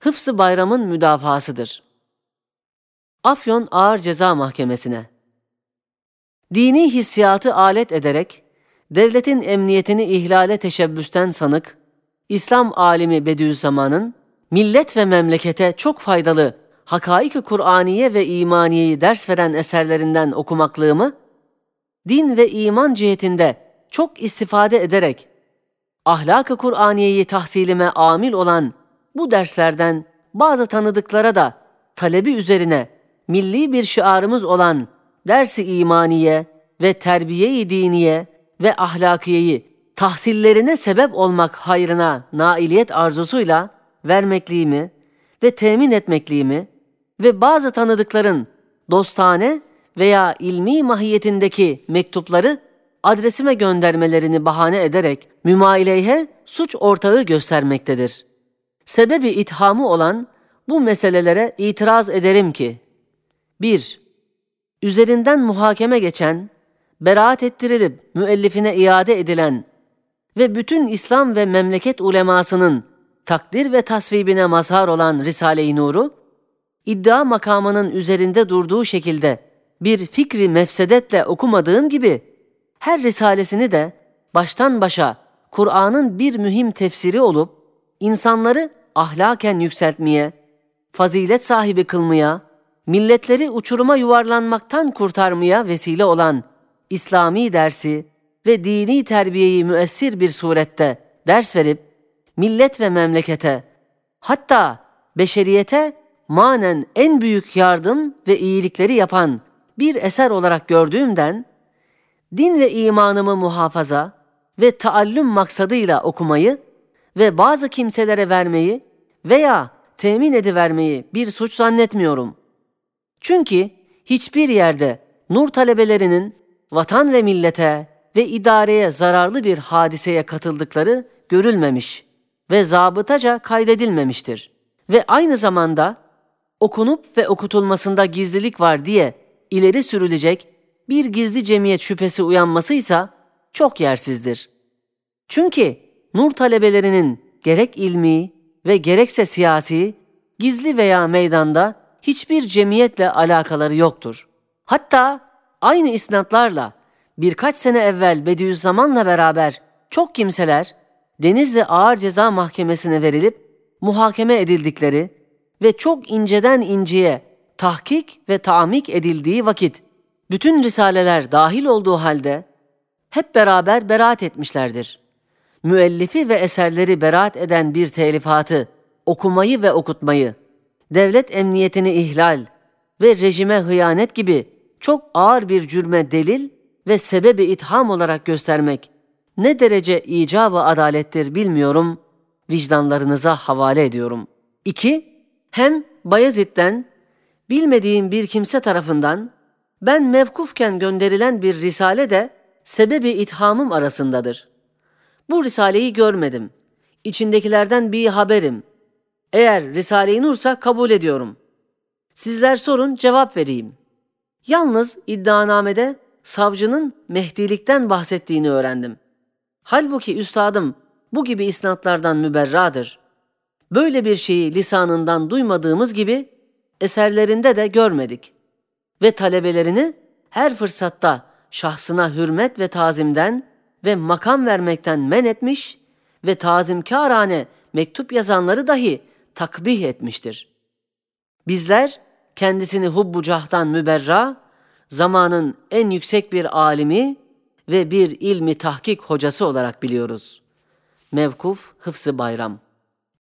Hıfz-ı Bayram'ın müdafasıdır. Afyon Ağır Ceza Mahkemesi'ne dini hissiyatı alet ederek devletin emniyetini ihlale teşebbüsten sanık, İslam alimi Bediüzzaman'ın millet ve memlekete çok faydalı hakaik-i Kur'aniye ve imaniyeyi ders veren eserlerinden okumaklığımı, din ve iman cihetinde çok istifade ederek ahlak-ı Kur'aniyeyi tahsilime amil olan bu derslerden bazı tanıdıklara da talebi üzerine milli bir şiarımız olan ders-i imaniye ve terbiye-i diniye ve ahlakiyeyi tahsillerine sebep olmak hayrına nailiyet arzusuyla vermekliğimi ve temin etmekliğimi ve bazı tanıdıkların dostane veya ilmi mahiyetindeki mektupları adresime göndermelerini bahane ederek mümaileyhe suç ortağı göstermektedir. Sebebi ithamı olan bu meselelere itiraz ederim ki: 1. Üzerinden muhakeme geçen, beraat ettirilip müellifine iade edilen ve bütün İslam ve memleket ulemasının takdir ve tasvibine mazhar olan Risale-i Nur'u, iddia makamının üzerinde durduğu şekilde bir fikri mefsedetle okumadığım gibi, her risalesini de baştan başa Kur'an'ın bir mühim tefsiri olup, insanları ahlaken yükseltmeye, fazilet sahibi kılmaya, milletleri uçuruma yuvarlanmaktan kurtarmaya vesile olan İslami dersi ve dini terbiyeyi müessir bir surette ders verip, millet ve memlekete, hatta beşeriyete manen en büyük yardım ve iyilikleri yapan bir eser olarak gördüğümden, din ve imanımı muhafaza ve taallüm maksadıyla okumayı ve bazı kimselere vermeyi veya temin edivermeyi bir suç zannetmiyorum. Çünkü hiçbir yerde nur talebelerinin vatan ve millete ve idareye zararlı bir hadiseye katıldıkları görülmemiş ve zabıtaca kaydedilmemiştir. Ve aynı zamanda okunup ve okutulmasında gizlilik var diye ileri sürülecek bir gizli cemiyet şüphesi uyanmasıysa çok yersizdir. Çünkü nur talebelerinin gerek ilmi ve gerekse siyasi, gizli veya meydanda hiçbir cemiyetle alakaları yoktur. Hatta aynı isnatlarla birkaç sene evvel Bediüzzaman'la beraber çok kimseler Denizli Ağır Ceza Mahkemesi'ne verilip muhakeme edildikleri ve çok inceden inceye tahkik ve tamik edildiği vakit bütün risaleler dahil olduğu halde hep beraber beraat etmişlerdir. Müellifi ve eserleri beraat eden bir telifatı okumayı ve okutmayı, devlet emniyetini ihlal ve rejime hıyanet gibi çok ağır bir cürme delil ve sebebi itham olarak göstermek ne derece icab-ı adalettir bilmiyorum, vicdanlarınıza havale ediyorum. 2. Hem Bayezid'den bilmediğim bir kimse tarafından ben mevkufken gönderilen bir risale de sebebi ithamım arasındadır. Bu risaleyi görmedim. İçindekilerden bir haberim. Eğer Risale-i Nur'sa kabul ediyorum. Sizler sorun, cevap vereyim. Yalnız iddianamede savcının Mehdilikten bahsettiğini öğrendim. Halbuki üstadım bu gibi isnatlardan müberradır. Böyle bir şeyi lisanından duymadığımız gibi eserlerinde de görmedik. Ve talebelerini her fırsatta şahsına hürmet ve tazimden ve makam vermekten men etmiş ve tazimkârane mektup yazanları dahi takbih etmiştir. Bizler kendisini hubbu cahtan müberra, zamanın en yüksek bir alimi ve bir ilmi tahkik hocası olarak biliyoruz. Mevkuf Hıfz-ı Bayram.